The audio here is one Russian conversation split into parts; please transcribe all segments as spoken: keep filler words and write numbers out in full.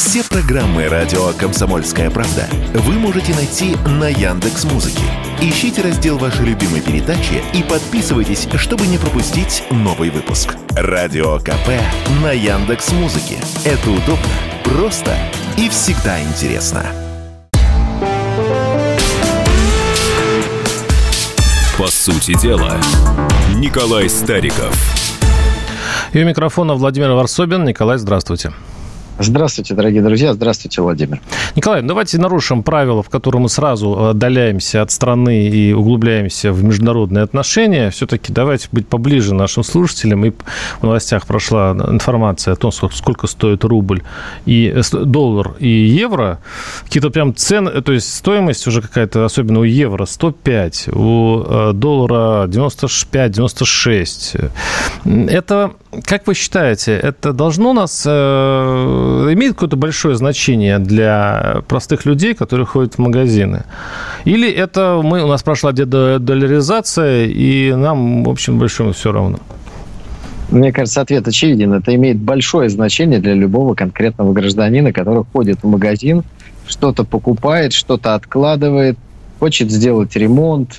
Все программы радио «Комсомольская правда» вы можете найти на Яндекс.Музыке. Ищите раздел вашей любимой передачи и подписывайтесь, чтобы не пропустить новый выпуск. Радио КП на Яндекс.Музыке. Это удобно, просто и всегда интересно. По сути дела, Николай Стариков. И у микрофона Владимир Варсобин. Николай, здравствуйте. Здравствуйте, дорогие друзья. Здравствуйте, Владимир. Николай, давайте нарушим правила, в котором мы сразу отдаляемся от страны и углубляемся в международные отношения. Все-таки давайте быть поближе нашим слушателям. И в новостях прошла информация о том, сколько стоит рубль, и доллар и евро. Какие-то прям цены, то есть стоимость уже какая-то, особенно у евро, сто пять, у доллара девяносто пять - девяносто шесть. Это, как вы считаете, это должно нас... имеет какое-то большое значение для простых людей, которые ходят в магазины? Или это мы, у нас прошла дедолларизация, и нам, в общем, большому все равно? Мне кажется, ответ очевиден. Это имеет большое значение для любого конкретного гражданина, который ходит в магазин, что-то покупает, что-то откладывает, хочет сделать ремонт,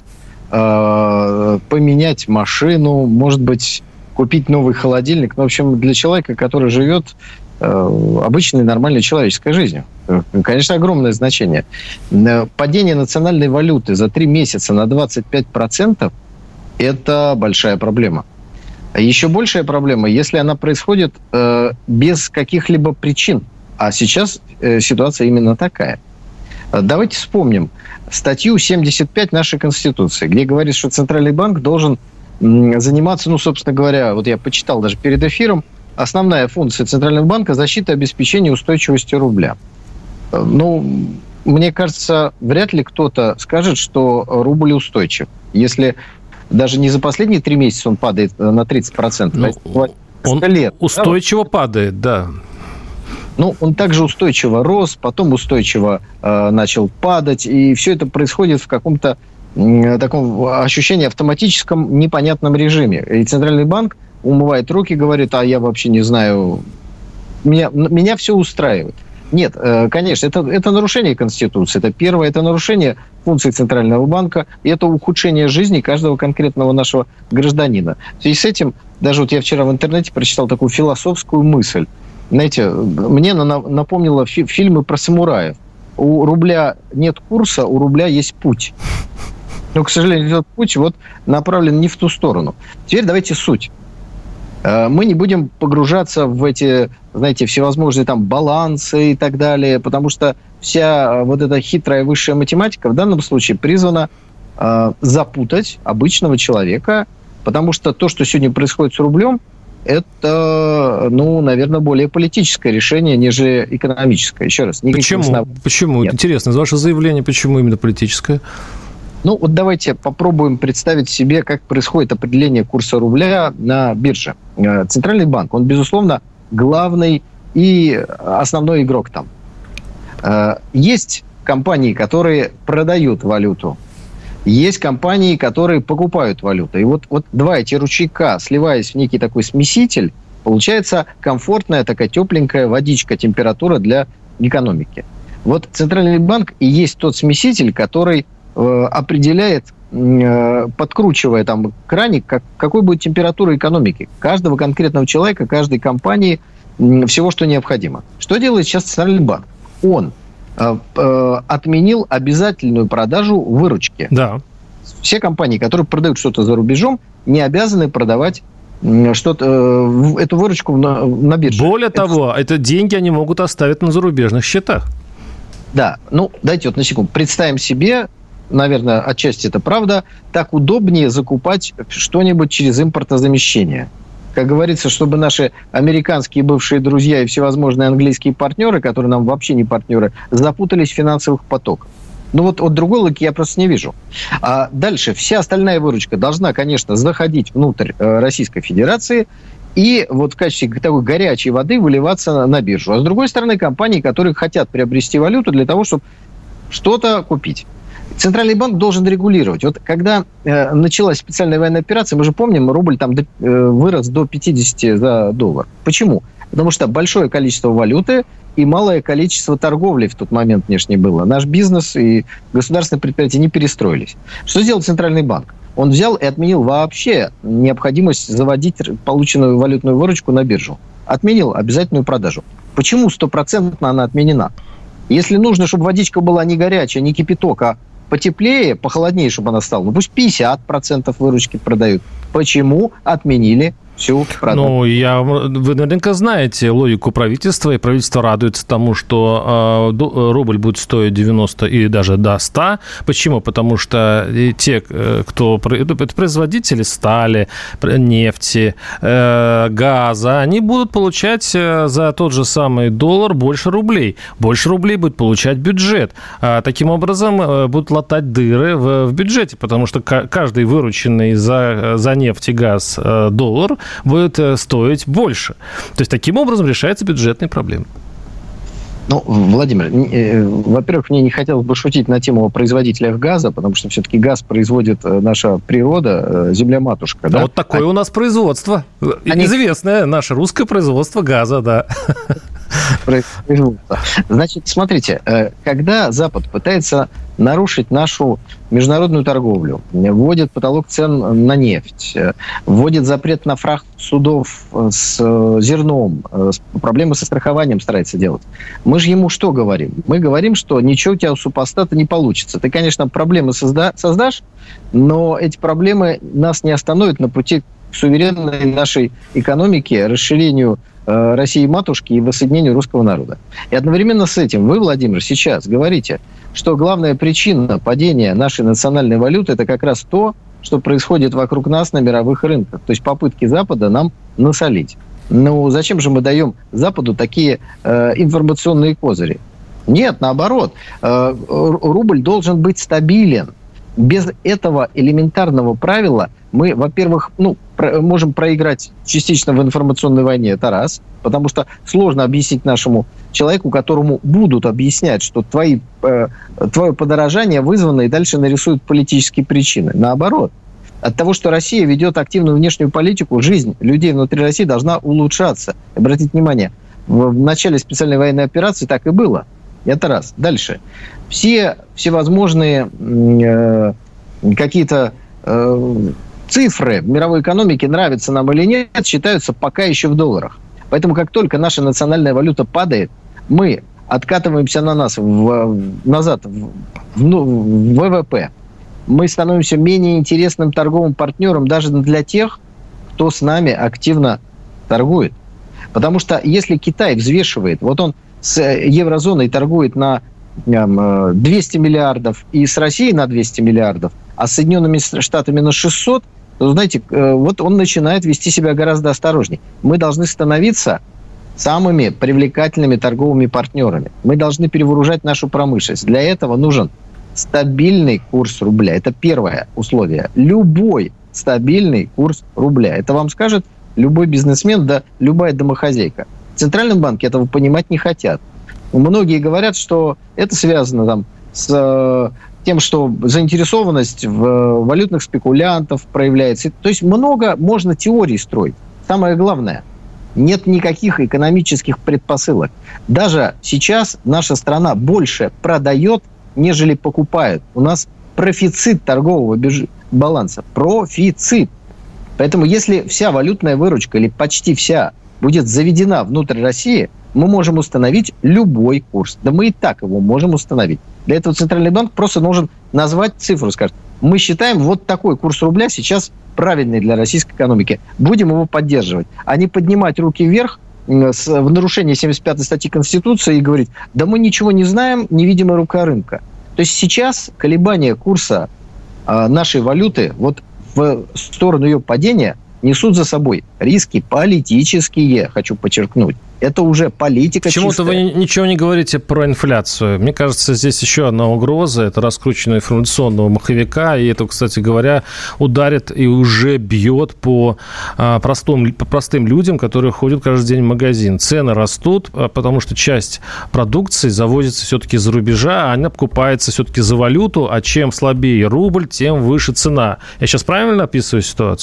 э, поменять машину, может быть, купить новый холодильник. Ну, в общем, для человека, который живет обычной нормальной человеческой жизнью. Конечно, огромное значение. Падение национальной валюты за три месяца на двадцать пять процентов – это большая проблема. Еще большая проблема, если она происходит э, без каких-либо причин. А сейчас э, ситуация именно такая. Давайте вспомним статью семьдесят пять нашей Конституции, где говорится, что Центральный банк должен м, заниматься, ну, собственно говоря, вот я почитал даже перед эфиром, основная функция Центрального банка – защита и обеспечение устойчивости рубля. Ну, мне кажется, вряд ли кто-то скажет, что рубль устойчив. Если даже не за последние три месяца он падает на тридцать процентов, ну, а он лет, устойчиво да? падает, да. Ну, он также устойчиво рос, потом устойчиво э, начал падать, и все это происходит в каком-то э, таком ощущении автоматическом непонятном режиме. И Центральный банк умывает руки, говорит, а я вообще не знаю, меня, меня все устраивает. Нет, конечно, это, это нарушение Конституции. Это первое, это нарушение функций Центрального банка, и это ухудшение жизни каждого конкретного нашего гражданина. В связи с этим, даже вот я вчера в интернете прочитал такую философскую мысль. Знаете, мне напомнило фи- фильмы про самураев. У рубля нет курса, у рубля есть путь. Но, к сожалению, этот путь вот направлен не в ту сторону. Теперь давайте суть. Мы не будем погружаться в эти, знаете, всевозможные там балансы и так далее, потому что вся вот эта хитрая высшая математика в данном случае призвана э, запутать обычного человека, потому что то, что сегодня происходит с рублем, это, ну, наверное, более политическое решение, нежели экономическое. Еще раз. Почему? Основ... Почему? Нет. Интересно, из вашего заявления, почему именно политическое? Ну, вот давайте попробуем представить себе, как происходит определение курса рубля на бирже. Центральный банк, он, безусловно, главный и основной игрок там. Есть компании, которые продают валюту. Есть компании, которые покупают валюту. И вот, вот два эти ручейка, сливаясь в некий такой смеситель, получается комфортная такая тепленькая водичка, температура для экономики. Вот Центральный банк и есть тот смеситель, который определяет, подкручивая там краник, как, какой будет температура экономики каждого конкретного человека, каждой компании, всего, что необходимо. Что делает сейчас Центральный банк? Он э, э, отменил обязательную продажу выручки. Да. Все компании, которые продают что-то за рубежом, не обязаны продавать что-то, э, эту выручку на, на бирже. Более это... того, это деньги они могут оставить на зарубежных счетах. Да. Ну, дайте вот на секунду. Представим себе, наверное, отчасти это правда, так удобнее закупать что-нибудь через импортозамещение. Как говорится, чтобы наши американские бывшие друзья и всевозможные английские партнеры, которые нам вообще не партнеры, запутались в финансовых потоках. Ну вот, вот другой логики я просто не вижу. А дальше вся остальная выручка должна, конечно, заходить внутрь э, Российской Федерации и вот в качестве такой горячей воды выливаться на, на биржу. А с другой стороны, компании, которые хотят приобрести валюту для того, чтобы что-то купить. Центральный банк должен регулировать. Вот когда э, началась специальная военная операция, мы же помним, рубль там до, э, вырос до пятьдесят за доллар. Почему? Потому что большое количество валюты и малое количество торговли в тот момент внешне было. Наш бизнес и государственные предприятия не перестроились. Что сделал Центральный банк? Он взял и отменил вообще необходимость заводить полученную валютную выручку на биржу. Отменил обязательную продажу. Почему стопроцентно она отменена? Если нужно, чтобы водичка была не горячая, не кипяток, а потеплее, похолоднее, чтобы она стала, ну пусть пятьдесят процентов выручки продают. Почему отменили всю продажу? Ну, я, вы наверняка знаете логику правительства, и правительство радуется тому, что э, рубль будет стоить девяносто и даже до ста. Почему? Потому что те, кто... Это производители стали, нефти, э, газа, они будут получать за тот же самый доллар больше рублей. Больше рублей будет получать бюджет. А таким образом будут латать дыры в, в бюджете, потому что каждый вырученный за, за нефть и газ доллар будет стоить больше. То есть, таким образом решаются бюджетные проблемы. Ну, Владимир, э, во-первых, мне не хотелось бы шутить на тему о производителях газа, потому что все-таки газ производит наша природа, э, земля-матушка. Да? А вот такое а... у нас производство. Они... Известное наше русское производство газа, да. Значит, смотрите, когда Запад пытается нарушить нашу международную торговлю, вводит потолок цен на нефть, вводит запрет на фрахт судов с зерном, проблемы со страхованием старается делать, мы же ему что говорим? Мы говорим, что ничего у тебя у супостата не получится. Ты, конечно, проблемы созда- создашь, но эти проблемы нас не остановят на пути к суверенной нашей экономике, расширению России-матушки и воссоединению русского народа. И одновременно с этим вы, Владимир, сейчас говорите, что главная причина падения нашей национальной валюты – это как раз то, что происходит вокруг нас на мировых рынках. То есть попытки Запада нам насолить. Ну, зачем же мы даем Западу такие э, информационные козыри? Нет, наоборот. Э, рубль должен быть стабилен. Без этого элементарного правила мы, во-первых, ну, про- можем проиграть частично в информационной войне, это раз, потому что сложно объяснить нашему человеку, которому будут объяснять, что твои, э, твое подорожание вызвано, и дальше нарисуют политические причины. Наоборот, от того, что Россия ведет активную внешнюю политику, жизнь людей внутри России должна улучшаться. Обратите внимание, в начале специальной военной операции так и было. Это раз. Дальше. Все всевозможные э, какие-то э, цифры в мировой экономике, нравятся нам или нет, считаются пока еще в долларах. Поэтому как только наша национальная валюта падает, мы откатываемся на нас в, назад в, в, ну, в вэ вэ пэ. Мы становимся менее интересным торговым партнером даже для тех, кто с нами активно торгует. Потому что если Китай взвешивает, вот он с еврозоной торгует на двести миллиардов и с Россией на двести миллиардов, а с Соединенными Штатами на шестьсот, то, знаете, вот он начинает вести себя гораздо осторожнее. Мы должны становиться самыми привлекательными торговыми партнерами. Мы должны перевооружать нашу промышленность. Для этого нужен стабильный курс рубля. Это первое условие. Любой стабильный курс рубля. Это вам скажет любой бизнесмен, да любая домохозяйка. В Центральном банке этого понимать не хотят. Многие говорят, что это связано там, с тем, что заинтересованность в валютных спекулянтов проявляется. То есть много можно теорий строить. Самое главное, нет никаких экономических предпосылок. Даже сейчас наша страна больше продает, нежели покупает. У нас профицит торгового бирж... баланса. Профицит. Поэтому если вся валютная выручка или почти вся будет заведена внутрь России, мы можем установить любой курс. Да мы и так его можем установить. Для этого Центральный банк просто должен назвать цифру, скажет, мы считаем вот такой курс рубля сейчас правильный для российской экономики. Будем его поддерживать. А не поднимать руки вверх с, в нарушение семьдесят пятой статьи Конституции и говорить, да мы ничего не знаем, невидимая рука рынка. То есть сейчас колебания курса э, нашей валюты вот в сторону ее падения несут за собой риски политические, хочу подчеркнуть. Это уже политика чистая. Почему-то вы ничего не говорите про инфляцию. Мне кажется, здесь еще одна угроза. Это раскручивание информационного маховика. И это, кстати говоря, ударит и уже бьет по, а, простым, по простым людям, которые ходят каждый день в магазин. Цены растут, потому что часть продукции завозится все-таки за рубежа, а она покупается все-таки за валюту. А чем слабее рубль, тем выше цена. Я сейчас правильно описываю ситуацию?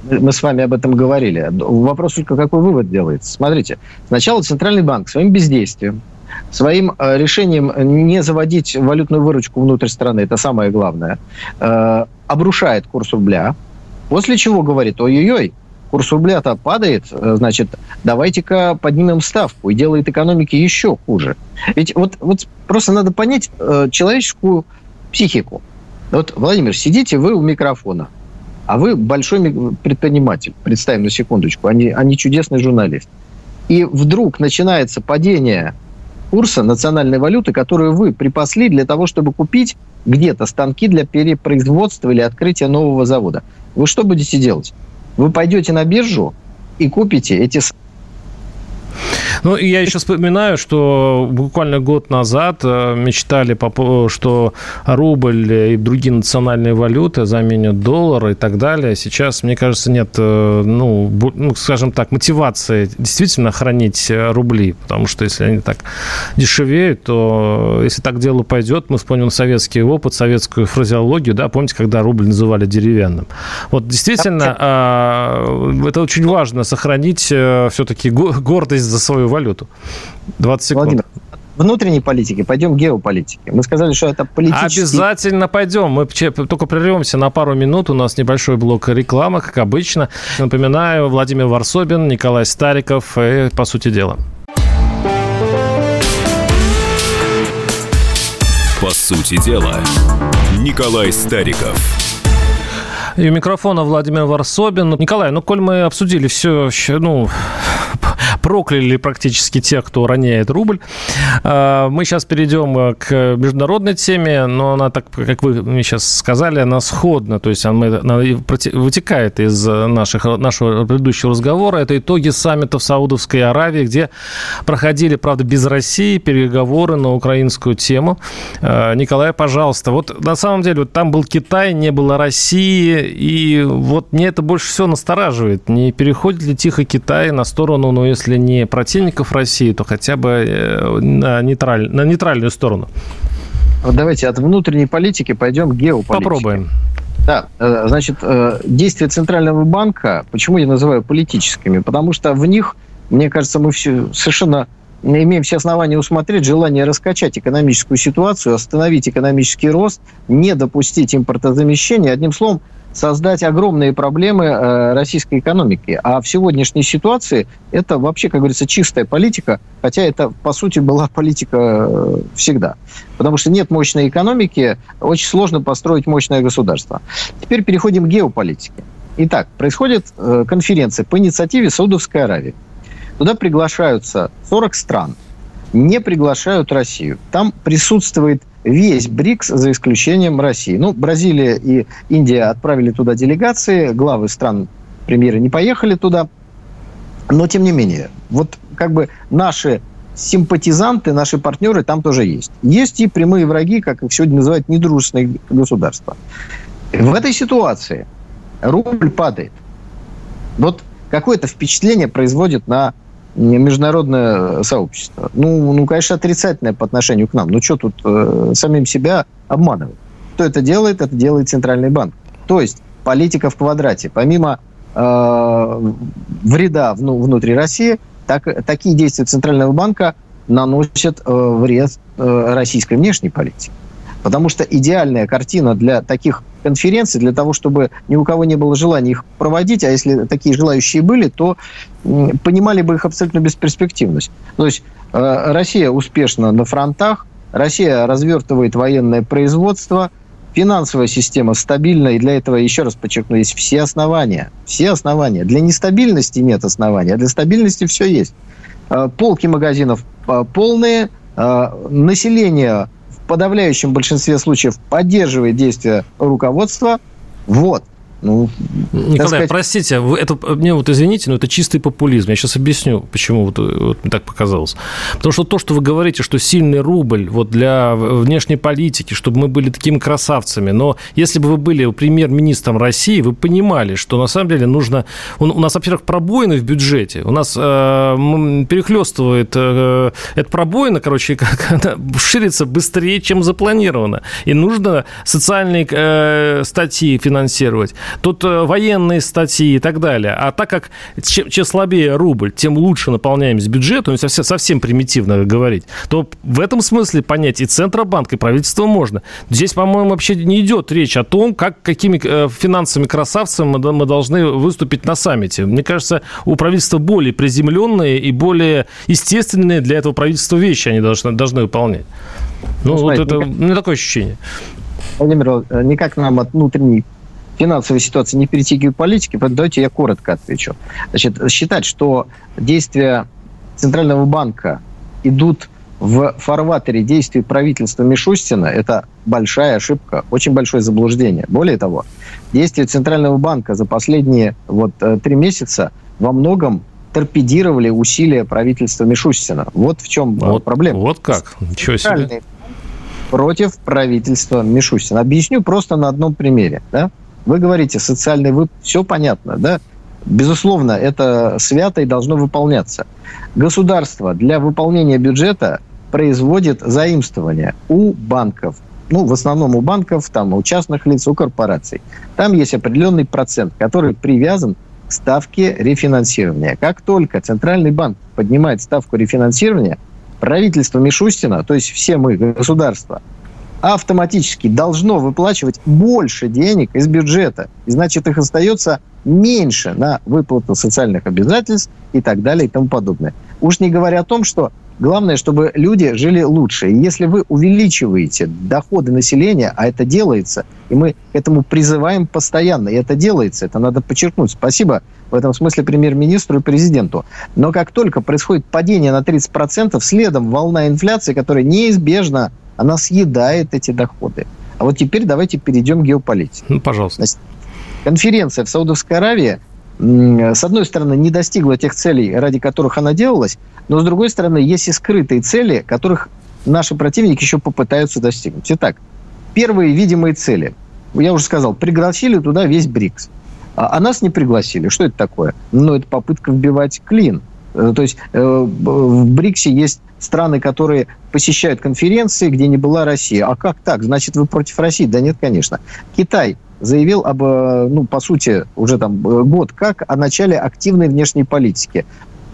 Мы с вами об этом говорили. Вопрос только, какой вывод делается. Смотрите, сначала Центральный банк своим бездействием, своим решением не заводить валютную выручку внутрь страны, это самое главное, обрушает курс рубля, после чего говорит: ой-ой-ой, курс рубля-то падает, значит, давайте-ка поднимем ставку, и делает экономике еще хуже. Ведь вот, вот просто надо понять человеческую психику. Вот, Владимир, сидите вы у микрофона, а вы большой предприниматель, представим на секундочку, а не, а не чудесный журналист. И вдруг начинается падение курса национальной валюты, которую вы припасли для того, чтобы купить где-то станки для перепроизводства или открытия нового завода. Вы что будете делать? Вы пойдете на биржу и купите эти... Ну, и я еще вспоминаю, что буквально год назад мечтали, что рубль и другие национальные валюты заменят доллар и так далее. Сейчас, мне кажется, нет, ну, ну, скажем так, мотивации действительно хранить рубли, потому что если они так дешевеют, то если так дело пойдет, мы вспомним советский опыт, советскую фразеологию, да, помните, когда рубль называли деревянным. Вот действительно, это очень важно, сохранить все-таки гордость за свою валюту. двадцать секунд. Владимир, внутренней политики, пойдем к геополитике. Мы сказали, что это политический... Обязательно пойдем. Мы только прервемся на пару минут. У нас небольшой блок рекламы, как обычно. Напоминаю, Владимир Варсобин, Николай Стариков и «По сути дела». По сути дела, Николай Стариков. И у микрофона Владимир Варсобин. Николай, ну, коль мы обсудили все, ну, прокляли практически тех, кто роняет рубль, мы сейчас перейдем к международной теме, но она, так как вы мне сейчас сказали, она сходна, то есть она вытекает из наших, нашего предыдущего разговора. Это итоги саммита в Саудовской Аравии, где проходили, правда, без России переговоры на украинскую тему. Николай, пожалуйста, вот на самом деле вот там был Китай, не было России, и вот мне это больше всего настораживает. Не переходит ли тихо Китай на сторону, ну, если не противников России, то хотя бы на, нейтраль... на нейтральную сторону? Вот давайте от внутренней политики пойдем к геополитике. Попробуем. Да, значит, действия Центрального банка, почему я называю политическими? Потому что в них, мне кажется, мы все совершенно имеем все основания усмотреть желание раскачать экономическую ситуацию, остановить экономический рост, не допустить импортозамещения, одним словом, создать огромные проблемы э, российской экономики. А в сегодняшней ситуации это вообще, как говорится, чистая политика, хотя это, по сути, была политика э, всегда. Потому что нет мощной экономики, очень сложно построить мощное государство. Теперь переходим к геополитике. Итак, происходит э, конференция по инициативе Саудовской Аравии. Туда приглашаются сорок стран, не приглашают Россию. Там присутствует весь БРИКС, за исключением России. Ну, Бразилия и Индия отправили туда делегации, главы стран, премьеры не поехали туда. Но, тем не менее, вот как бы наши симпатизанты, наши партнеры там тоже есть. Есть и прямые враги, как их сегодня называют, недружественные государства. В этой ситуации рубль падает. Вот какое-то впечатление производит на международное сообщество. Ну, ну, конечно, отрицательное по отношению к нам. Ну, что тут э, самим себя обманывать? Кто это делает? Это делает Центральный банк. То есть политика в квадрате. Помимо э, вреда вну, внутри России, так, такие действия Центрального банка наносят э, вред э, российской внешней политике. Потому что идеальная картина для таких конференций, для того, чтобы ни у кого не было желания их проводить, а если такие желающие были, то понимали бы их абсолютно бесперспективность. То есть э, Россия успешна на фронтах, Россия развертывает военное производство, финансовая система стабильна, и для этого, еще раз подчеркну, есть все основания. Все основания. Для нестабильности нет оснований, а для стабильности все есть. Э, полки магазинов э, полные, э, население в подавляющем большинстве случаев поддерживает действия руководства. Вот. Ну, Николай, сказать... простите, это, мне вот извините, но это чистый популизм. Я сейчас объясню, почему вот, вот мне так показалось. Потому что то, что вы говорите, что сильный рубль вот для внешней политики, чтобы мы были такими красавцами, но если бы вы были премьер-министром России, вы понимали, что на самом деле нужно... У, у нас, во-первых, пробоины в бюджете. У нас э, перехлестывает э, эта пробоина, короче, она ширится быстрее, чем запланировано. И нужно социальные э, статьи финансировать. тут военные статьи и так далее. А так как чем, чем слабее рубль, тем лучше наполняемость бюджета, ну, совсем, совсем примитивно говорить, то в этом смысле понять и Центробанк, и правительство можно. Здесь, по-моему, вообще не идет речь о том, как, какими финансовыми красавцами мы, мы должны выступить на саммите. Мне кажется, у правительства более приземленные и более естественные для этого правительства вещи они должны, должны выполнять. Ну, ну вот это никак... у меня такое ощущение. Владимир, никак нам от внутренней финансовой ситуации не перейти к геополитике, давайте я коротко отвечу. Значит, считать, что действия Центрального банка идут в фарватере действий правительства Мишустина, это большая ошибка, очень большое заблуждение. Более того, действия Центрального банка за последние вот, три месяца во многом торпедировали усилия правительства Мишустина. Вот в чем вот, проблема. Вот как? Ничего себе. Против правительства Мишустина. Объясню просто на одном примере. Да? Вы говорите, социальный выплат, все понятно, да? Безусловно, это свято и должно выполняться. Государство для выполнения бюджета производит заимствования у банков. Ну, в основном у банков, там, у частных лиц, у корпораций. Там есть определенный процент, который привязан к ставке рефинансирования. Как только Центральный банк поднимает ставку рефинансирования, правительство Мишустина, то есть все мы, государство, автоматически должно выплачивать больше денег из бюджета. И значит, их остается меньше на выплату социальных обязательств и так далее и тому подобное. Уж не говоря о том, что главное, чтобы люди жили лучше. И если вы увеличиваете доходы населения, а это делается, и мы к этому призываем постоянно, и это делается, это надо подчеркнуть. Спасибо в этом смысле премьер-министру и президенту. Но как только происходит падение на тридцать процентов, следом волна инфляции, которая неизбежна, она съедает эти доходы. А вот теперь давайте перейдем к геополитике. Ну, пожалуйста. Значит, конференция в Саудовской Аравии, с одной стороны, не достигла тех целей, ради которых она делалась, но, с другой стороны, есть и скрытые цели, которых наши противники еще попытаются достигнуть. Итак, первые видимые цели. Я уже сказал, пригласили туда весь БРИКС. А нас не пригласили. Что это такое? Ну, это попытка вбивать клин. То есть в БРИКСе есть страны, которые посещают конференции, где не была Россия. А как так? Значит, вы против России? Да нет, конечно. Китай заявил об, ну, по сути, уже там год как о начале активной внешней политики.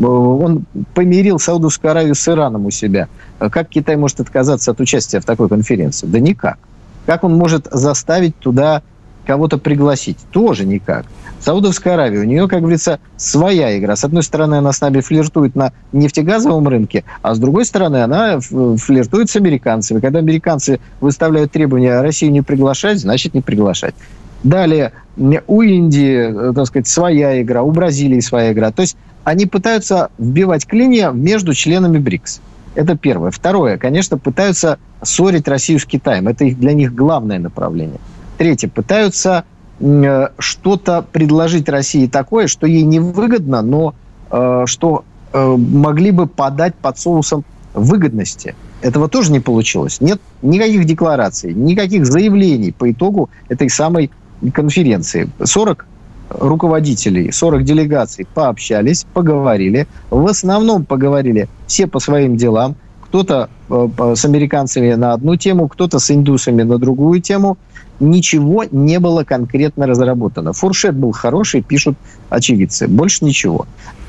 Он помирил Саудовскую Аравию с Ираном у себя. Как Китай может отказаться от участия в такой конференции? Да никак. Как он может заставить туда кого-то пригласить? Тоже никак. Саудовская Аравия, у нее, как говорится, своя игра. С одной стороны, она с нами флиртует на нефтегазовом рынке, а с другой стороны, она флиртует с американцами. Когда американцы выставляют требования Россию не приглашать, значит, не приглашать. Далее, у Индии, так сказать, своя игра, у Бразилии своя игра. То есть они пытаются вбивать клинья между членами БРИКС. Это первое. Второе, конечно, пытаются ссорить Россию с Китаем. Это их, для них главное направление. Третье, пытаются э, что-то предложить России такое, что ей невыгодно, но э, что э, могли бы подать под соусом выгодности. Этого тоже не получилось. Нет никаких деклараций, никаких заявлений по итогу этой самой конференции. сорок руководителей, сорок делегаций пообщались, поговорили. В основном поговорили все по своим делам. Кто-то э, с американцами на одну тему, кто-то с индусами на другую тему. Ничего не было конкретно разработано. Фуршет был хороший, пишут очевидцы. Больше ничего.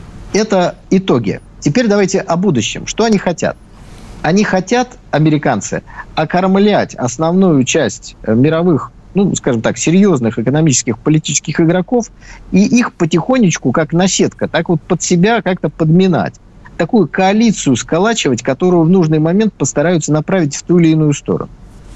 Это итоги. Теперь давайте о будущем. Что они хотят? Они хотят, американцы, окормлять основную часть мировых, ну, скажем так, серьезных экономических, политических игроков и их потихонечку, как наседка, так вот под себя как-то подминать. Такую коалицию сколачивать, которую в нужный момент постараются направить в ту или иную сторону.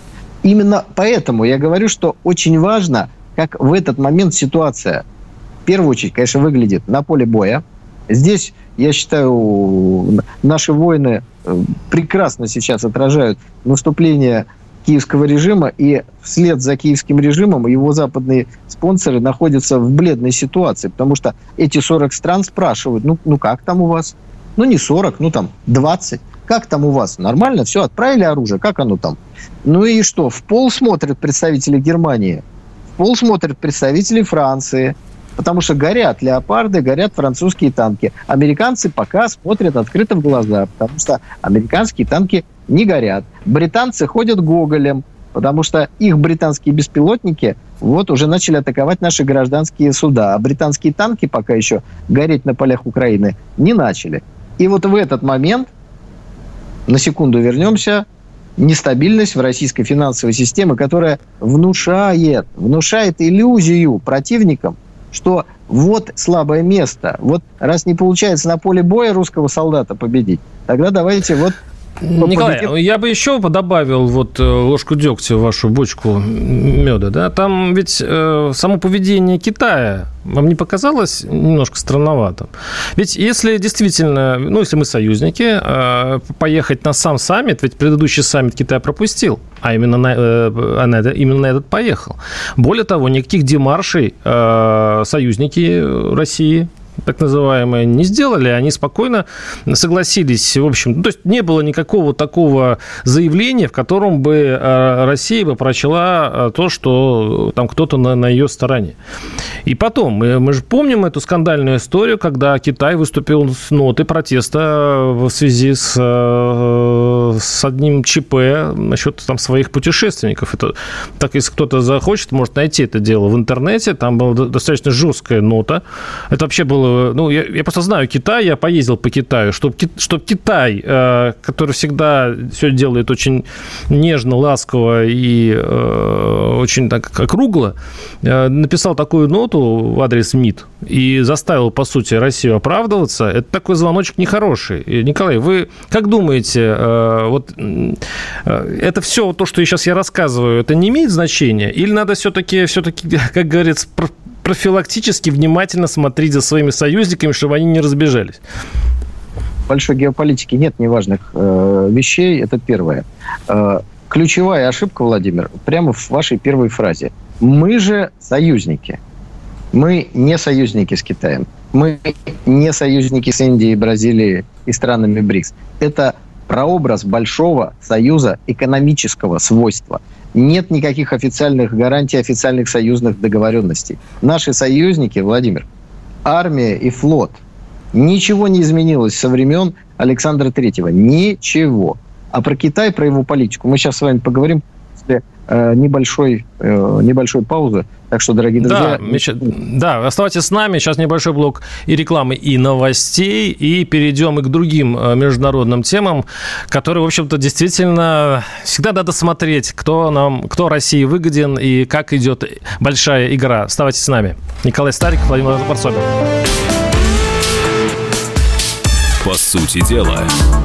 Именно поэтому я говорю, что очень важно, как в этот момент ситуация, в первую очередь, конечно, выглядит на поле боя. Здесь, я считаю, наши воины прекрасно сейчас отражают наступление киевского режима, и вслед за киевским режимом его западные спонсоры находятся в бледной ситуации, потому что эти сорок стран спрашивают, ну, ну как там у вас? Ну не сорок, ну там двадцать. Как там у вас? Нормально? Все, отправили оружие? Как оно там? Ну и что? В пол смотрят представители Германии, в пол смотрят представители Франции, потому что горят леопарды, горят французские танки. Американцы пока смотрят открыто в глаза, потому что американские танки не горят. Британцы ходят гоголем, потому что их британские беспилотники вот уже начали атаковать наши гражданские суда, а британские танки пока еще гореть на полях Украины не начали. И вот в этот момент, на секунду вернемся, нестабильность в российской финансовой системе, которая внушает, внушает иллюзию противникам, что вот слабое место. Вот раз не получается на поле боя русского солдата победить, тогда давайте вот... Николай, победим. Я бы еще добавил вот ложку дегтя в вашу бочку меда. Да? Там ведь э, само поведение Китая вам не показалось немножко странноватым? Ведь если действительно, ну, если мы союзники, э, поехать на сам саммит, ведь предыдущий саммит Китай пропустил, а именно на, э, на, именно на этот поехал. Более того, никаких демаршей э, союзники России, так называемые, не сделали, они спокойно согласились, в общем, то есть не было никакого такого заявления, в котором бы Россия бы прочла то, что там кто-то на, на ее стороне. И потом, мы, мы же помним эту скандальную историю, когда Китай выступил с нотой протеста в связи с, с одним ЧП насчет там своих путешественников. Это, так, если кто-то захочет, может найти это дело в интернете, там была достаточно жесткая нота. Это вообще было. Ну, я, я просто знаю Китай, я поездил по Китаю, чтобы чтоб Китай, э, который всегда все делает очень нежно, ласково и э, очень так округло, э, написал такую ноту в адрес МИД и заставил, по сути, Россию оправдываться, это такой звоночек нехороший. И, Николай, вы как думаете, э, вот э, это все, то, что сейчас я рассказываю, это не имеет значения? Или надо все-таки, все-таки, как говорится, профилактически внимательно смотреть за своими союзниками, чтобы они не разбежались? В большой геополитике нет неважных э, вещей, это первое. Э, ключевая ошибка, Владимир, прямо в вашей первой фразе. Мы же союзники. Мы не союзники с Китаем. Мы не союзники с Индией, Бразилией и странами БРИКС. Это прообраз большого союза экономического свойства. Нет никаких официальных гарантий, официальных союзных договоренностей. Наши союзники, Владимир, армия и флот. Ничего не изменилось со времен Александра Третьего. Ничего. А про Китай, про его политику мы сейчас с вами поговорим после э, небольшой, э, небольшой паузы. Так что, дорогие друзья... Да, да, оставайтесь с нами. Сейчас небольшой блок и рекламы, и новостей. И перейдем и к другим международным темам, которые, в общем-то, действительно... Всегда надо смотреть, кто нам, кто России выгоден и как идет большая игра. Оставайтесь с нами. Николай Стариков, Владимир Варсобин. По сути дела...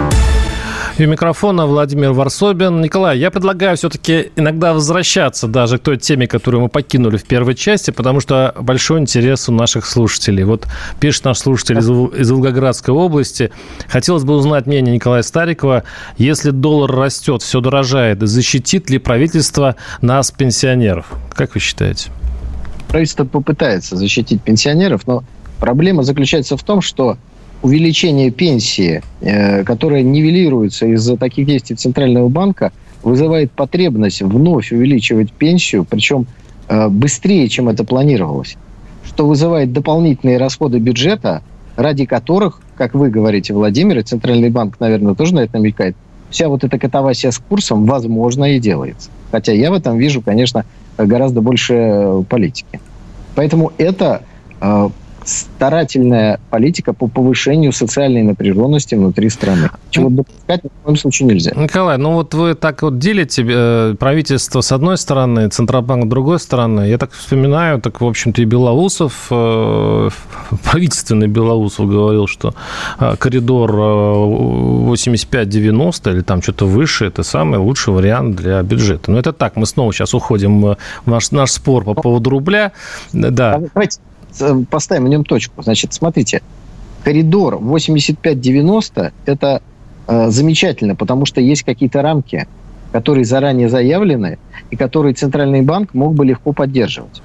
И у микрофона Владимир Варсобин. Николай, я предлагаю все-таки иногда возвращаться даже к той теме, которую мы покинули в первой части, потому что большой интерес у наших слушателей. Вот пишет наш слушатель из, из Волгоградской области. Хотелось бы узнать мнение Николая Старикова. Если доллар растет, все дорожает, защитит ли правительство нас, пенсионеров? Как вы считаете? Правительство попытается защитить пенсионеров, но проблема заключается в том, что увеличение пенсии, э, которое нивелируется из-за таких действий Центрального банка, вызывает потребность вновь увеличивать пенсию, причем э, быстрее, чем это планировалось, что вызывает дополнительные расходы бюджета, ради которых, как вы говорите, Владимир, и Центральный банк, наверное, тоже на это намекает, вся вот эта катавасия с курсом, возможно, и делается. Хотя я в этом вижу, конечно, гораздо больше политики. Поэтому это... Э, старательная политика по повышению социальной напряженности внутри страны. Чего допускать ни в коем случае нельзя. Николай, ну вот вы так вот делите э, правительство с одной стороны, Центробанк с другой стороны. Я так вспоминаю, так, в общем-то, и Белоусов, э, правительственный Белоусов говорил, что э, коридор э, восемьдесят пять девяносто или там что-то выше, это самый лучший вариант для бюджета. Но это так, мы снова сейчас уходим в наш, наш спор по поводу рубля. Да. Давайте поставим на нем точку. Значит, смотрите, коридор восемьдесят пять девяносто – это э, замечательно, потому что есть какие-то рамки, которые заранее заявлены и которые Центральный банк мог бы легко поддерживать.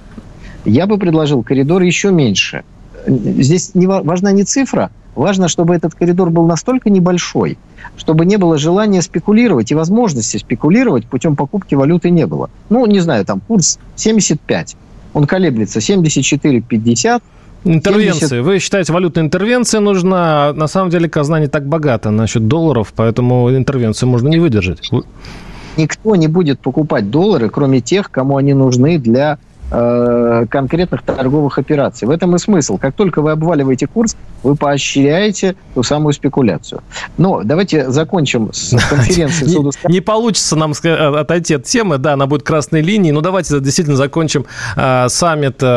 Я бы предложил коридор еще меньше. Здесь не важна не цифра, важно, чтобы этот коридор был настолько небольшой, чтобы не было желания спекулировать и возможности спекулировать путем покупки валюты не было. Ну, не знаю, там курс семьдесят пять. Он колеблется семьдесят четыре пятьдесят. Интервенции. семьдесят... Вы считаете, валютная интервенция нужна? На самом деле казна не так богата насчет долларов, поэтому интервенцию можно не выдержать. Никто не будет покупать доллары, кроме тех, кому они нужны для э, конкретных торговых операций. В этом и смысл. Как только вы обваливаете курс, вы поощряете ту самую спекуляцию. Но давайте закончим с конференцией Саудовской Аравии. Не получится нам отойти от темы, да, она будет красной линией, но давайте действительно закончим э, саммит э,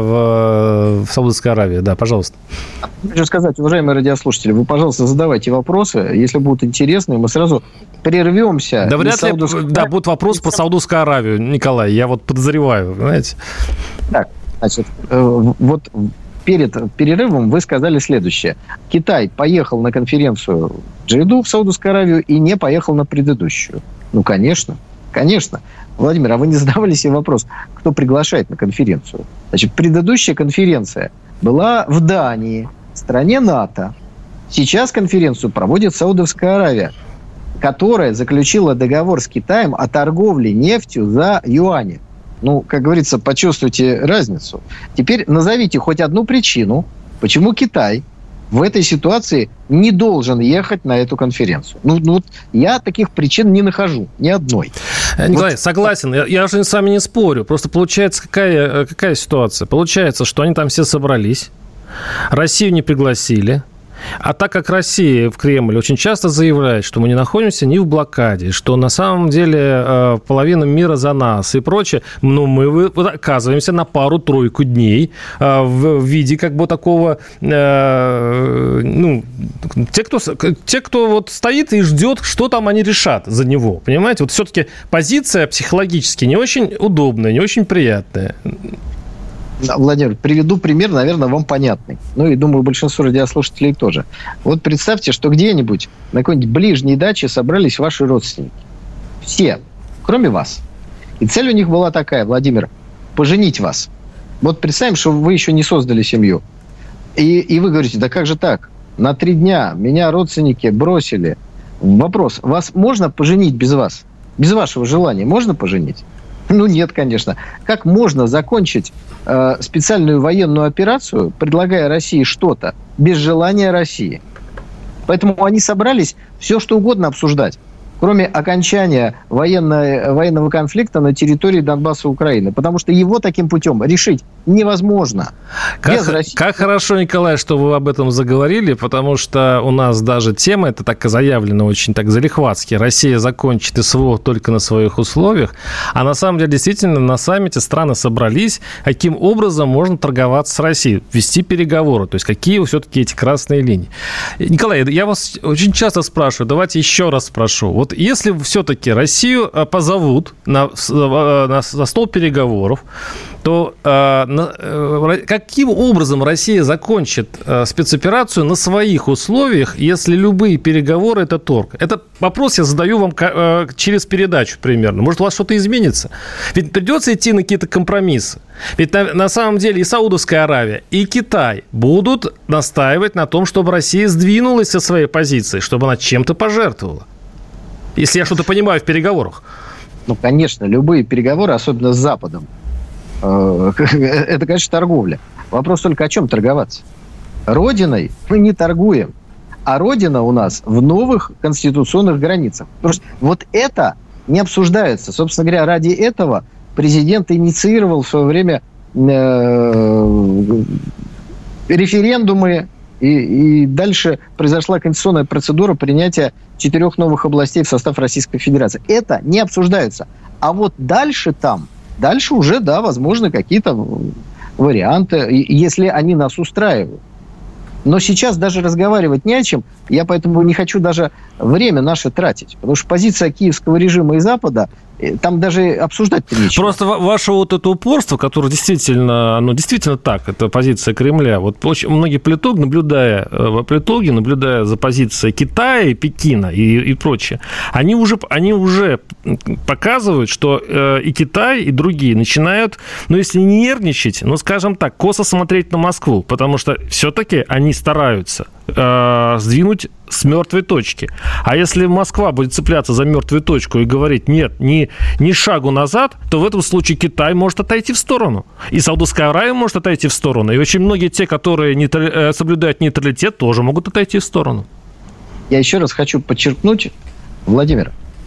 в, в Саудовской Аравии. Да, пожалуйста. Хочу сказать, уважаемые радиослушатели, вы, пожалуйста, задавайте вопросы. Если будут интересные, мы сразу прервемся. Да вряд ли, да, будут вопросы по Саудовской Аравии, Николай, я вот подозреваю, знаете. Так, значит, вот перед перерывом вы сказали следующее. Китай поехал на конференцию в Джидду в Саудовскую Аравию и не поехал на предыдущую. Ну, конечно, конечно. Владимир, а вы не задавали себе вопрос, кто приглашает на конференцию? Значит, предыдущая конференция была в Дании, в стране НАТО. Сейчас конференцию проводит Саудовская Аравия, которая заключила договор с Китаем о торговле нефтью за юани. Ну, как говорится, почувствуйте разницу. Теперь назовите хоть одну причину, почему Китай в этой ситуации не должен ехать на эту конференцию. Ну, ну вот я таких причин не нахожу, ни одной. Николай, вот. Согласен, я, я же с вами не спорю. Просто получается какая, какая ситуация? Получается, что они там все собрались, Россию не пригласили. А так как Россия в Кремль очень часто заявляет, что мы не находимся ни в блокаде, что на самом деле э, половина мира за нас и прочее, ну, мы оказываемся на пару-тройку дней э, в, в виде как бы такого, э, ну, те, кто, те, кто вот стоит и ждет, что там они решат за него, понимаете? Вот все-таки позиция психологически не очень удобная, не очень приятная. Владимир, приведу пример, наверное, вам понятный. Ну, и, думаю, большинство радиослушателей тоже. Вот представьте, что где-нибудь на какой-нибудь ближней даче собрались ваши родственники. Все, кроме вас. И цель у них была такая, Владимир, поженить вас. Вот представим, что вы еще не создали семью. И, и вы говорите, да как же так? На три дня меня родственники бросили. Вопрос, вас можно поженить без вас? Без вашего желания можно поженить? Ну, нет, конечно. Как можно закончить э, специальную военную операцию, предлагая России что-то, без желания России? Поэтому они собрались все, что угодно обсуждать, кроме окончания военно- военного конфликта на территории Донбасса и Украины. Потому что его таким путем решить невозможно. Как, как хорошо, Николай, что вы об этом заговорили, потому что у нас даже тема, это так заявлено очень так залихватски, Россия закончит СВО только на своих условиях, а на самом деле действительно на саммите страны собрались, каким образом можно торговаться с Россией, вести переговоры, то есть какие все-таки эти красные линии. Николай, я вас очень часто спрашиваю, давайте еще раз спрошу, вот если все-таки Россию позовут на, на, на стол переговоров, то э, на, э, каким образом Россия закончит э, спецоперацию на своих условиях, если любые переговоры – это торг? Этот вопрос я задаю вам э, через передачу примерно. Может, у вас что-то изменится? Ведь придется идти на какие-то компромиссы. Ведь на, на самом деле и Саудовская Аравия, и Китай будут настаивать на том, чтобы Россия сдвинулась со своей позиции, чтобы она чем-то пожертвовала. Если я что-то понимаю в переговорах. Ну, конечно, любые переговоры, особенно с Западом, это, конечно, торговля. Вопрос только, о чем торговаться? Родиной мы не торгуем. А Родина у нас в новых конституционных границах. Потому что вот это не обсуждается. Собственно говоря, ради этого президент инициировал в свое время э, референдумы, и, и дальше произошла конституционная процедура принятия четырех новых областей в состав Российской Федерации. Это не обсуждается. А вот дальше там Дальше уже, да, возможно, какие-то варианты, если они нас устраивают. Но сейчас даже разговаривать не о чем. Я поэтому не хочу даже время наше тратить. Потому что позиция киевского режима и Запада, там даже обсуждать-то нечего. Просто ваше вот это упорство, которое действительно, оно действительно так, это позиция Кремля. Вот очень многие политологи, наблюдая, политологи, наблюдая за позицией Китая, Пекина и, и прочее, они уже, они уже показывают, что и Китай, и другие начинают, ну, если не нервничать, ну, скажем так, косо смотреть на Москву, потому что все-таки они стараются э, сдвинуть с мертвой точки. А если Москва будет цепляться за мертвую точку и говорить нет, ни, ни шагу назад, то в этом случае Китай может отойти в сторону. И Саудовская Аравия может отойти в сторону. И очень многие те, которые нейтр... соблюдают нейтралитет, тоже могут отойти в сторону. Я еще раз хочу подчеркнуть, Владимир,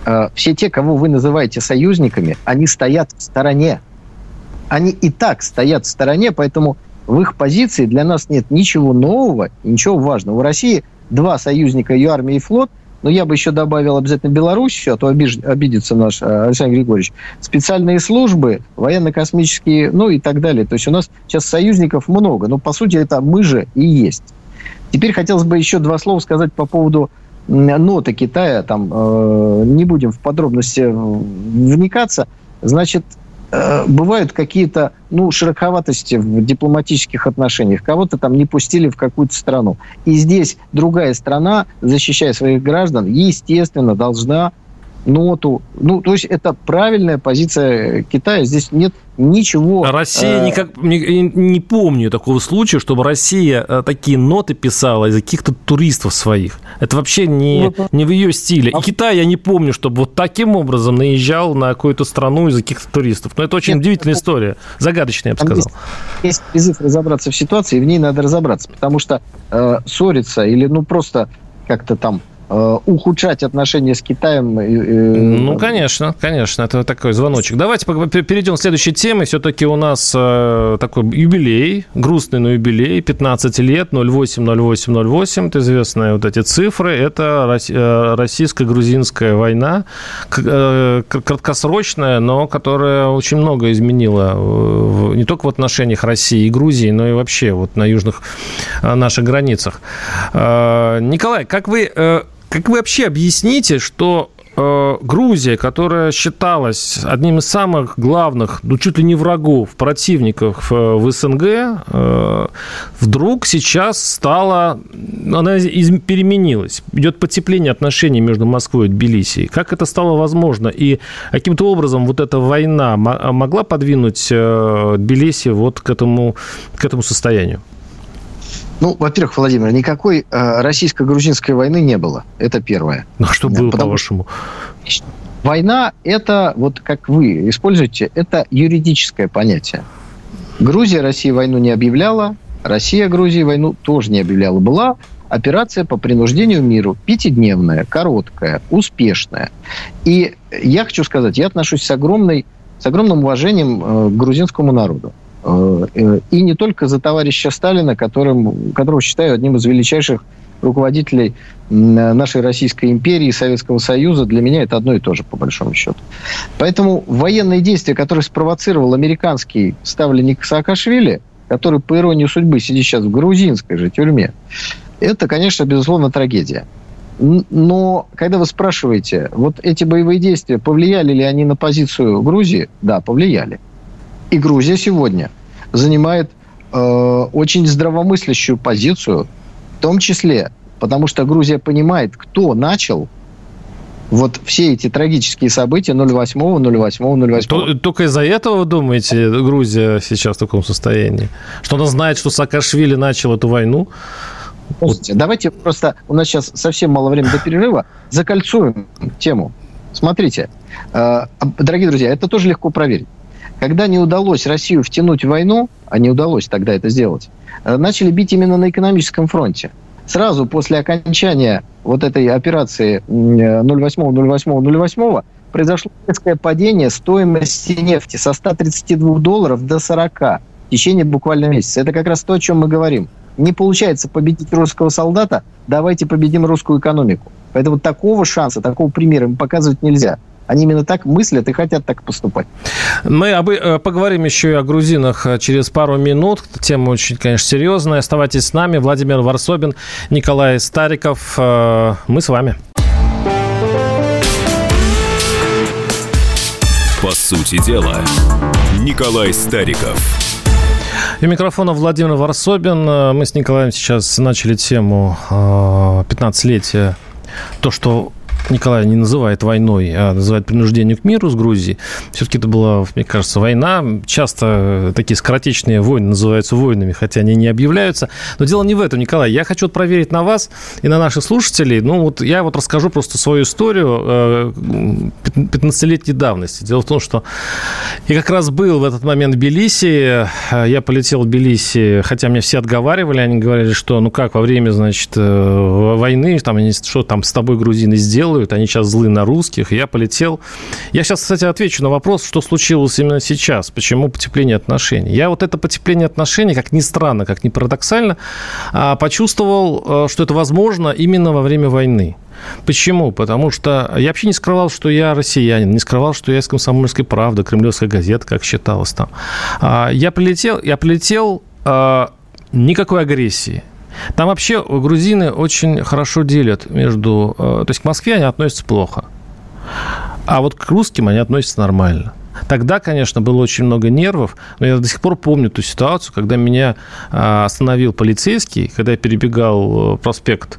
все те, кого вы называете союзниками, они стоят в стороне. Они и так стоят в стороне, поэтому в их позиции для нас нет ничего нового, ничего важного. У России два союзника, ее армия и флот, но я бы еще добавил обязательно Белоруссию, а то обиж... обидится наш Александр Григорьевич. Специальные службы, военно-космические, ну и так далее. То есть у нас сейчас союзников много, но по сути это мы же и есть. Теперь хотелось бы еще два слова сказать по поводу ноты Китая. Там э, не будем в подробности вникаться. Значит, бывают какие-то, ну, широковатости в дипломатических отношениях. Кого-то там не пустили в какую-то страну. И здесь другая страна, защищая своих граждан, естественно, должна ноту... Ну, то есть это правильная позиция Китая. Здесь нет ничего... Россия э... никак... Не, не помню такого случая, чтобы Россия такие ноты писала из-за каких-то туристов своих. Это вообще не, ну, не в ее стиле. И Китай, я не помню, чтобы вот таким образом наезжал на какую-то страну из-за каких-то туристов. Но это очень нет, удивительная история. Загадочная, я бы сказал. Есть, есть призыв разобраться в ситуации, и в ней надо разобраться. Потому что э, ссориться или, ну, просто как-то там ухудшать отношения с Китаем. Ну, конечно, конечно, это такой звоночек. Давайте перейдем к следующей теме. Все-таки у нас такой юбилей, грустный, но юбилей, пятнадцать лет, ноль восемь ноль восемь ноль восемь, это известные вот эти цифры. Это российско-грузинская война, краткосрочная, но которая очень много изменила не только в отношениях России и Грузии, но и вообще вот на южных наших границах. Николай, как вы... Как вы вообще объясните, что э, Грузия, которая считалась одним из самых главных, ну, чуть ли не врагов, противников э, в СНГ, э, вдруг сейчас стала, она из, переменилась. Идет потепление отношений между Москвой и Тбилиси. Как это стало возможно? И каким-то образом вот эта война м- могла подвинуть э, Тбилиси вот к этому, к этому состоянию? Ну, во-первых, Владимир, никакой э, российско-грузинской войны не было. Это первое. Ну, что было, Потому по-вашему? Что война – это, вот как вы используете, это юридическое понятие. Грузия России войну не объявляла, Россия Грузии войну тоже не объявляла. Была операция по принуждению миру, пятидневная, короткая, успешная. И я хочу сказать, я отношусь с, огромной, с огромным уважением э, к грузинскому народу. И не только за товарища Сталина, которым, которого считаю одним из величайших руководителей нашей Российской империи и Советского Союза. Для меня это одно и то же, по большому счету. Поэтому военные действия, которые спровоцировал американский ставленник Саакашвили, который, по иронии судьбы, сидит сейчас в грузинской же тюрьме, это, конечно, безусловно, трагедия. Но когда вы спрашиваете, вот эти боевые действия, повлияли ли они на позицию Грузии? Да, повлияли. И Грузия сегодня занимает э, очень здравомыслящую позицию, в том числе, потому что Грузия понимает, кто начал вот все эти трагические события ноль восьмого ноль восьмого ноль восьмого. Только из-за этого, вы думаете, Грузия сейчас в таком состоянии? Что она знает, что Саакашвили начал эту войну? Слушайте, давайте просто, у нас сейчас совсем мало времени до перерыва, закольцуем тему. Смотрите, э, дорогие друзья, это тоже легко проверить. Когда не удалось Россию втянуть в войну, а не удалось тогда это сделать, начали бить именно на экономическом фронте. Сразу после окончания вот этой операции ноль восьмого ноль восьмого ноль восьмого произошло резкое падение стоимости нефти со ста тридцати двух долларов до сорока в течение буквально месяца. Это как раз то, о чем мы говорим. Не получается победить русского солдата, давайте победим русскую экономику. Поэтому такого шанса, такого примера им показывать нельзя. Они именно так мыслят и хотят так поступать. Мы об, поговорим еще и о грузинах через пару минут. Тема очень, конечно, серьезная. Оставайтесь с нами. Владимир Варсобин, Николай Стариков. Мы с вами. По сути дела, Николай Стариков. И микрофона Владимир Варсобин. Мы с Николаем сейчас начали тему пятнадцатилетия. То, что Николай не называет войной, а называет принуждением к миру с Грузией. Все-таки это была, мне кажется, война. Часто такие скоротечные войны называются войнами, хотя они не объявляются. Но дело не в этом, Николай. Я хочу проверить на вас и на наших слушателей. Ну, вот я вот расскажу просто свою историю пятнадцатилетней давности. Дело в том, что я как раз был в этот момент в Тбилиси. Я полетел в Тбилиси, хотя меня все отговаривали. Они говорили, что ну как, во время, значит, войны, там, что там с тобой грузины сделали, делают, они сейчас злы на русских. Я полетел. Я сейчас, кстати, отвечу на вопрос, что случилось именно сейчас, почему потепление отношений. Я вот это потепление отношений, как ни странно, как ни парадоксально, почувствовал, что это возможно именно во время войны. Почему? Потому что я вообще не скрывал, что я россиянин, не скрывал, что я из «Комсомольской правды», «Кремлевская газета», как считалось там. Я прилетел, я прилетел, никакой агрессии. Там вообще грузины очень хорошо делят между... То есть к Москве они относятся плохо, а вот к русским они относятся нормально. Тогда, конечно, было очень много нервов, но я до сих пор помню ту ситуацию, когда меня остановил полицейский, когда я перебегал проспект,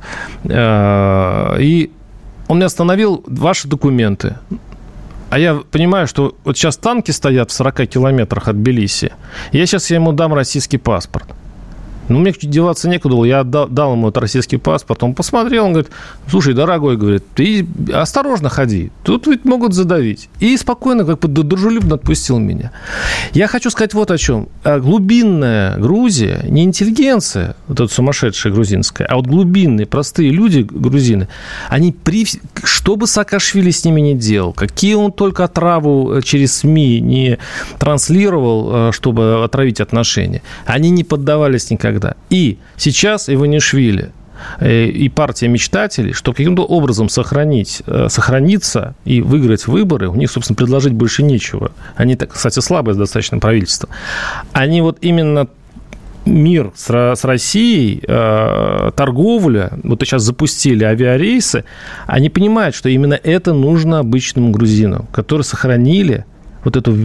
и он меня остановил: ваши документы. А я понимаю, что вот сейчас танки стоят в сорока километрах от Тбилиси, я сейчас ему дам российский паспорт. Ну, мне деваться некуда было. Я дал, дал ему этот российский паспорт. Он посмотрел, он говорит: слушай, дорогой, говорит, ты осторожно ходи. Тут ведь могут задавить. И спокойно, как бы дружелюбно отпустил меня. Я хочу сказать вот о чем. Глубинная Грузия, не интеллигенция, вот эта сумасшедшая грузинская, а вот глубинные, простые люди, грузины, они, при... что бы Саакашвили с ними не делал, какие он только отраву через СМИ не транслировал, чтобы отравить отношения, они не поддавались никогда. И сейчас Иванишвили и партия мечтателей, чтобы каким-то образом сохранить, сохраниться и выиграть выборы, у них, собственно, предложить больше нечего. Они, кстати, слабое достаточно правительство. Они вот именно мир с, с Россией, э, торговля, вот сейчас запустили авиарейсы, они понимают, что именно это нужно обычным грузинам, которые сохранили вот эту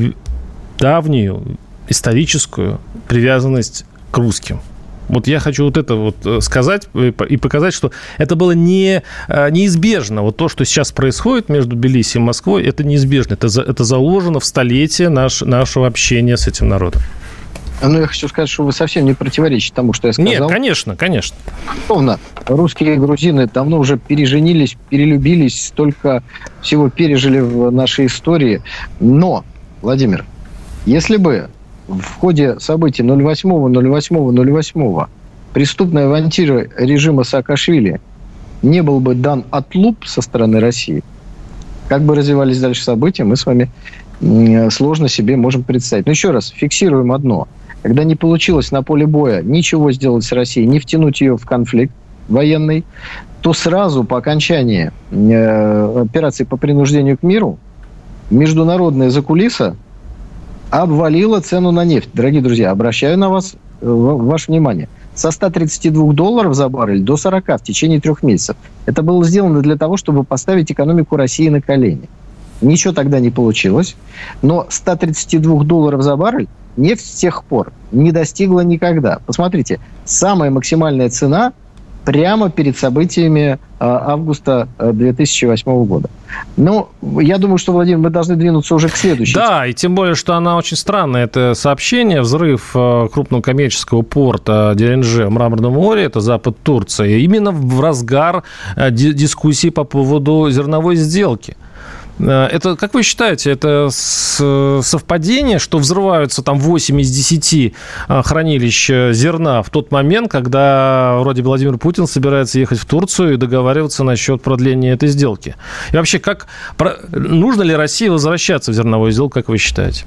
давнюю историческую привязанность к русским. Вот я хочу вот это вот сказать и показать, что это было не, неизбежно. Вот то, что сейчас происходит между Тбилиси и Москвой, это неизбежно. Это, это заложено в столетие наш, нашего общения с этим народом. Ну, я хочу сказать, что вы совсем не противоречите тому, что я сказал. Нет, конечно, конечно. Безусловно, русские и грузины давно уже переженились, перелюбились, столько всего пережили в нашей истории. Но, Владимир, если бы в ходе событий ноль восьмого ноль восьмого ноль восьмого преступной авантюры режима Саакашвили не был бы дан отлуп со стороны России, как бы развивались дальше события, мы с вами сложно себе можем представить. Но еще раз, фиксируем одно. Когда не получилось на поле боя ничего сделать с Россией, не втянуть ее в конфликт военный, то сразу по окончании операции по принуждению к миру международная закулиса обвалила цену на нефть. Дорогие друзья, обращаю на вас ваше внимание. Со ста тридцати двух долларов за баррель до сорока в течение трех месяцев. Это было сделано для того, чтобы поставить экономику России на колени. Ничего тогда не получилось. Но ста тридцати двух долларов за баррель нефть с тех пор не достигла никогда. Посмотрите, самая максимальная цена прямо перед событиями августа две тысячи восьмого года. Ну, я думаю, что, Владимир, мы должны двинуться уже к следующей. Да, и тем более, что она очень странная. Это сообщение: взрыв крупного коммерческого порта Деренже в Мраморном море, это запад Турции, именно в разгар дискуссии по поводу зерновой сделки. Это, как вы считаете, это совпадение, что взрываются там восемь из десяти хранилищ зерна в тот момент, когда вроде Владимир Путин собирается ехать в Турцию и договариваться насчет продления этой сделки? И вообще, как, нужно ли России возвращаться в зерновую сделку, как вы считаете?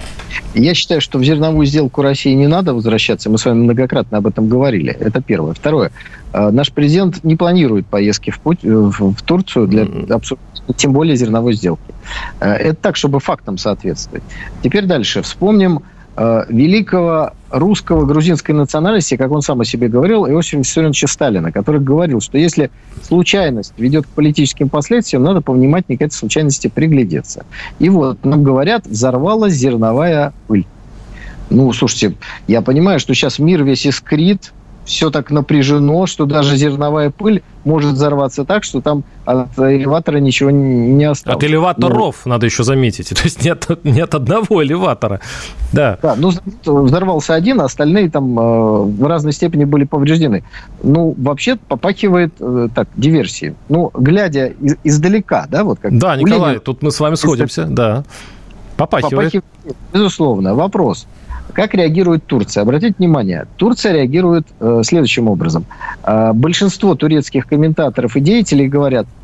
Я считаю, что в зерновую сделку России не надо возвращаться. Мы с вами многократно об этом говорили. Это первое. Второе. Наш президент не планирует поездки в, путь, в, в Турцию для обсуждения, тем более зерновой сделки. Это так, чтобы фактам соответствовать. Теперь дальше. Вспомним великого русского грузинской национальности, как он сам о себе говорил, Иосифа Виссарионовича Сталина, который говорил, что если случайность ведет к политическим последствиям, надо повнимательнее к этой случайности приглядеться. И вот нам говорят, взорвалась зерновая пыль. Ну, слушайте, я понимаю, что сейчас мир весь искрит, все так напряжено, что даже зерновая пыль может взорваться так, что там от элеватора ничего не осталось. От элеваторов, Но... надо еще заметить. То есть нет, нет одного элеватора. Да. Да, ну, взорвался один, а остальные там э, в разной степени были повреждены. Ну, вообще попахивает э, так, диверсией. Ну, глядя из, издалека, да, вот как... Да, Николай, Ленина, тут мы с вами сходимся, из... да. Попахивает. Попахивает. Безусловно. Вопрос. Как реагирует Турция? Обратите внимание, Турция реагирует э, следующим образом. Э, большинство турецких комментаторов и деятелей говорят,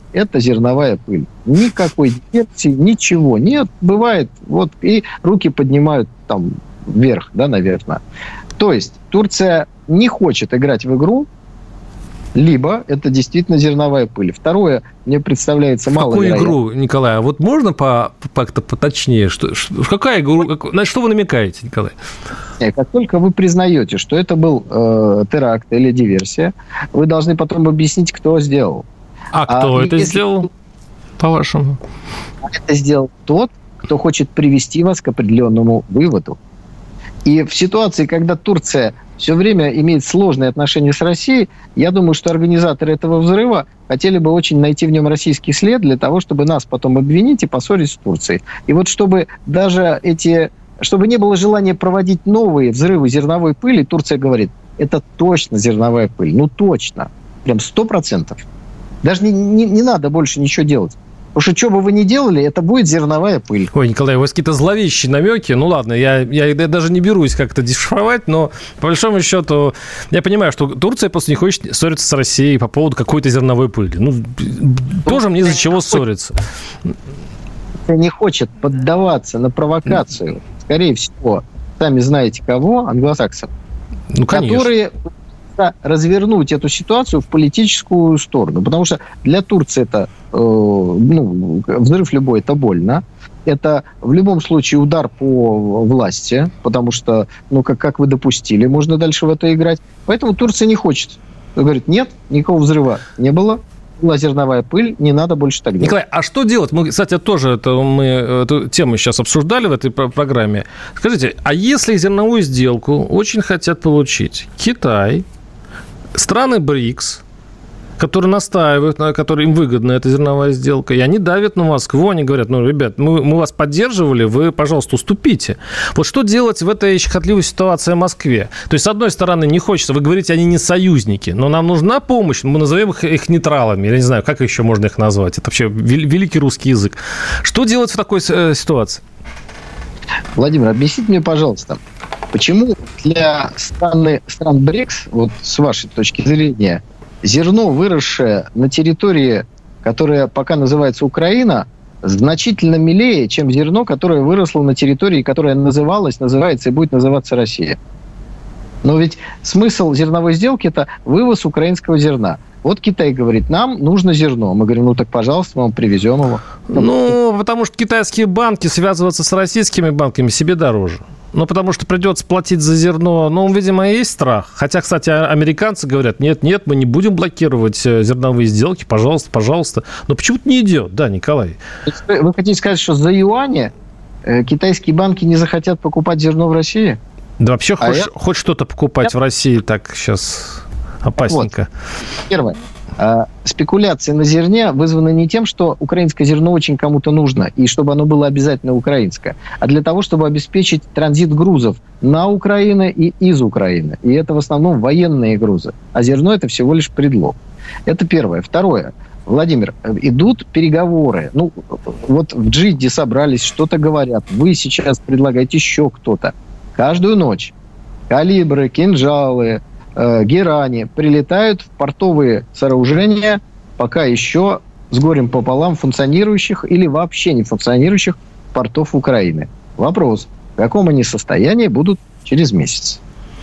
это зерновая пыль. Никакой диверсии, ничего нет. Бывает, вот, и руки поднимают там вверх, да, наверное. То есть Турция не хочет играть в игру, либо это действительно зерновая пыль. Второе, мне представляется маловероятно. В какую игру, Николай? А вот можно по, как-то поточнее? Что, что, какая игру? На что вы намекаете, Николай? Как только вы признаете, что это был э, теракт или диверсия, вы должны потом объяснить, кто сделал. А кто а это если... сделал, по-вашему? Это сделал тот, кто хочет привести вас к определенному выводу. И в ситуации, когда Турция все время имеет сложные отношения с Россией, я думаю, что организаторы этого взрыва хотели бы очень найти в нем российский след для того, чтобы нас потом обвинить и поссорить с Турцией. И вот чтобы даже эти... Чтобы не было желания проводить новые взрывы зерновой пыли, Турция говорит, это точно зерновая пыль. Ну, точно. Прям сто процентов. Даже не, не, не надо больше ничего делать. Потому что, что бы вы ни делали, это будет зерновая пыль. Ой, Николай, у вас какие-то зловещие намеки. Ну, ладно, я, я, я даже не берусь как-то дешифровать, но, по большому счету, я понимаю, что Турция просто не хочет ссориться с Россией по поводу какой-то зерновой пыли. Ну, тоже мне из-за чего ссориться. Не хочет поддаваться на провокацию, скорее всего, сами знаете кого, англосаксов, ну, которые развернуть эту ситуацию в политическую сторону. Потому что для Турции это э, ну, взрыв любой, это больно. Это в любом случае удар по власти, потому что, ну, как, как вы допустили, можно дальше в это играть. Поэтому Турция не хочет. Говорит, нет, никакого взрыва не было. Была зерновая пыль, не надо больше так делать. Николай, а что делать? Мы, кстати, тоже это, мы эту тему сейчас обсуждали в этой программе. Скажите, а если зерновую сделку очень хотят получить Китай, страны БРИКС, которые настаивают, которые им выгодна эта зерновая сделка, и они давят на Москву, они говорят, ну, ребят, мы, мы вас поддерживали, вы, пожалуйста, уступите. Вот что делать в этой щекотливой ситуации в Москве? То есть, с одной стороны, не хочется, вы говорите, они не союзники, но нам нужна помощь, мы назовем их, их нейтралами, я не знаю, как еще можно их назвать, это вообще великий русский язык. Что делать в такой э, ситуации? Владимир, объясните мне, пожалуйста, почему для страны, стран БРИКС, вот с вашей точки зрения, зерно, выросшее на территории, которая пока называется Украина, значительно милее, чем зерно, которое выросло на территории, которая называлась, называется и будет называться Россия. Но ведь смысл зерновой сделки – это вывоз украинского зерна. Вот Китай говорит, нам нужно зерно. Мы говорим, ну так, пожалуйста, мы вам привезем его. Ну, потому что китайские банки связываться с российскими банками себе дороже. Ну, потому что придется платить за зерно. Ну, видимо, есть страх. Хотя, кстати, американцы говорят, нет, нет, мы не будем блокировать зерновые сделки, пожалуйста, пожалуйста. Но почему-то не идет, да, Николай? Вы хотите сказать, что за юани китайские банки не захотят покупать зерно в России? Да вообще а хоть, я... хоть что-то покупать я... в России так сейчас опасненько. Вот. Первое. Спекуляции на зерне вызваны не тем, что украинское зерно очень кому-то нужно, и чтобы оно было обязательно украинское, а для того, чтобы обеспечить транзит грузов на Украину и из Украины. И это в основном военные грузы. А зерно – это всего лишь предлог. Это первое. Второе. Владимир, идут переговоры. Ну, вот в Джидде собрались, что-то говорят. Вы сейчас предлагаете еще кто-то. Каждую ночь калибры, кинжалы, герани прилетают в портовые сооружения, пока еще с горем пополам функционирующих или вообще не функционирующих портов Украины. Вопрос, в каком они состоянии будут через месяц?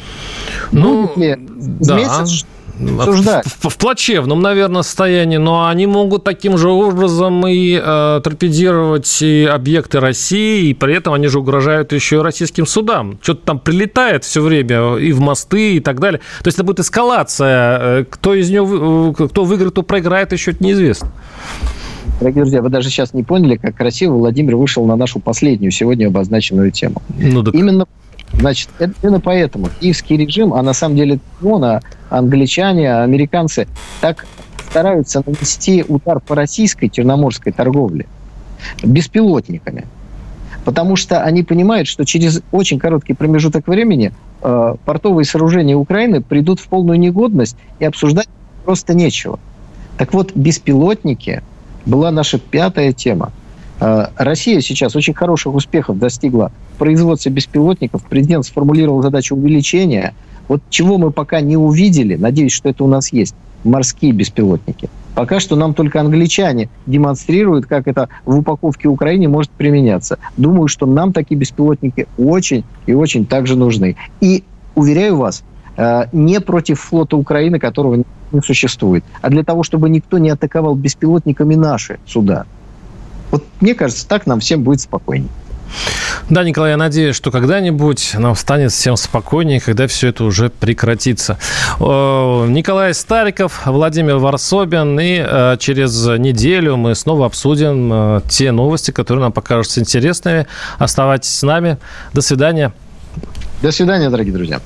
Ну, Будет ли да. месяц В, в, в плачевном, наверное, состоянии, но они могут таким же образом и э, торпедировать и объекты России, и при этом они же угрожают еще и российским судам. Что-то там прилетает все время и в мосты, и так далее. То есть это будет эскалация. Кто из нее, кто выиграет, кто проиграет, еще это неизвестно. Дорогие друзья, вы даже сейчас не поняли, как красиво Владимир вышел на нашу последнюю сегодня обозначенную тему. Ну, так... Именно Значит, именно поэтому киевский режим, а на самом деле он, англичане, американцы так стараются нанести удар по российской черноморской торговле беспилотниками. Потому что они понимают, что через очень короткий промежуток времени э, портовые сооружения Украины придут в полную негодность, и обсуждать просто нечего. Так вот, беспилотники была наша пятая тема. Россия сейчас очень хороших успехов достигла в производстве беспилотников. Президент сформулировал задачу увеличения. Вот чего мы пока не увидели, надеюсь, что это у нас есть, морские беспилотники. Пока что нам только англичане демонстрируют, как это в упаковке Украины может применяться. Думаю, что нам такие беспилотники очень и очень также нужны. И, уверяю вас, не против флота Украины, которого не существует, а для того, чтобы никто не атаковал беспилотниками наши суда. Вот мне кажется, так нам всем будет спокойнее. Да, Николай, я надеюсь, что когда-нибудь нам станет всем спокойнее, когда все это уже прекратится. Николай Стариков, Владимир Варсобин, и через неделю мы снова обсудим те новости, которые нам покажутся интересными. Оставайтесь с нами. До свидания. До свидания, дорогие друзья.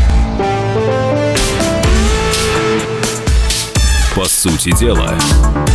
По сути дела.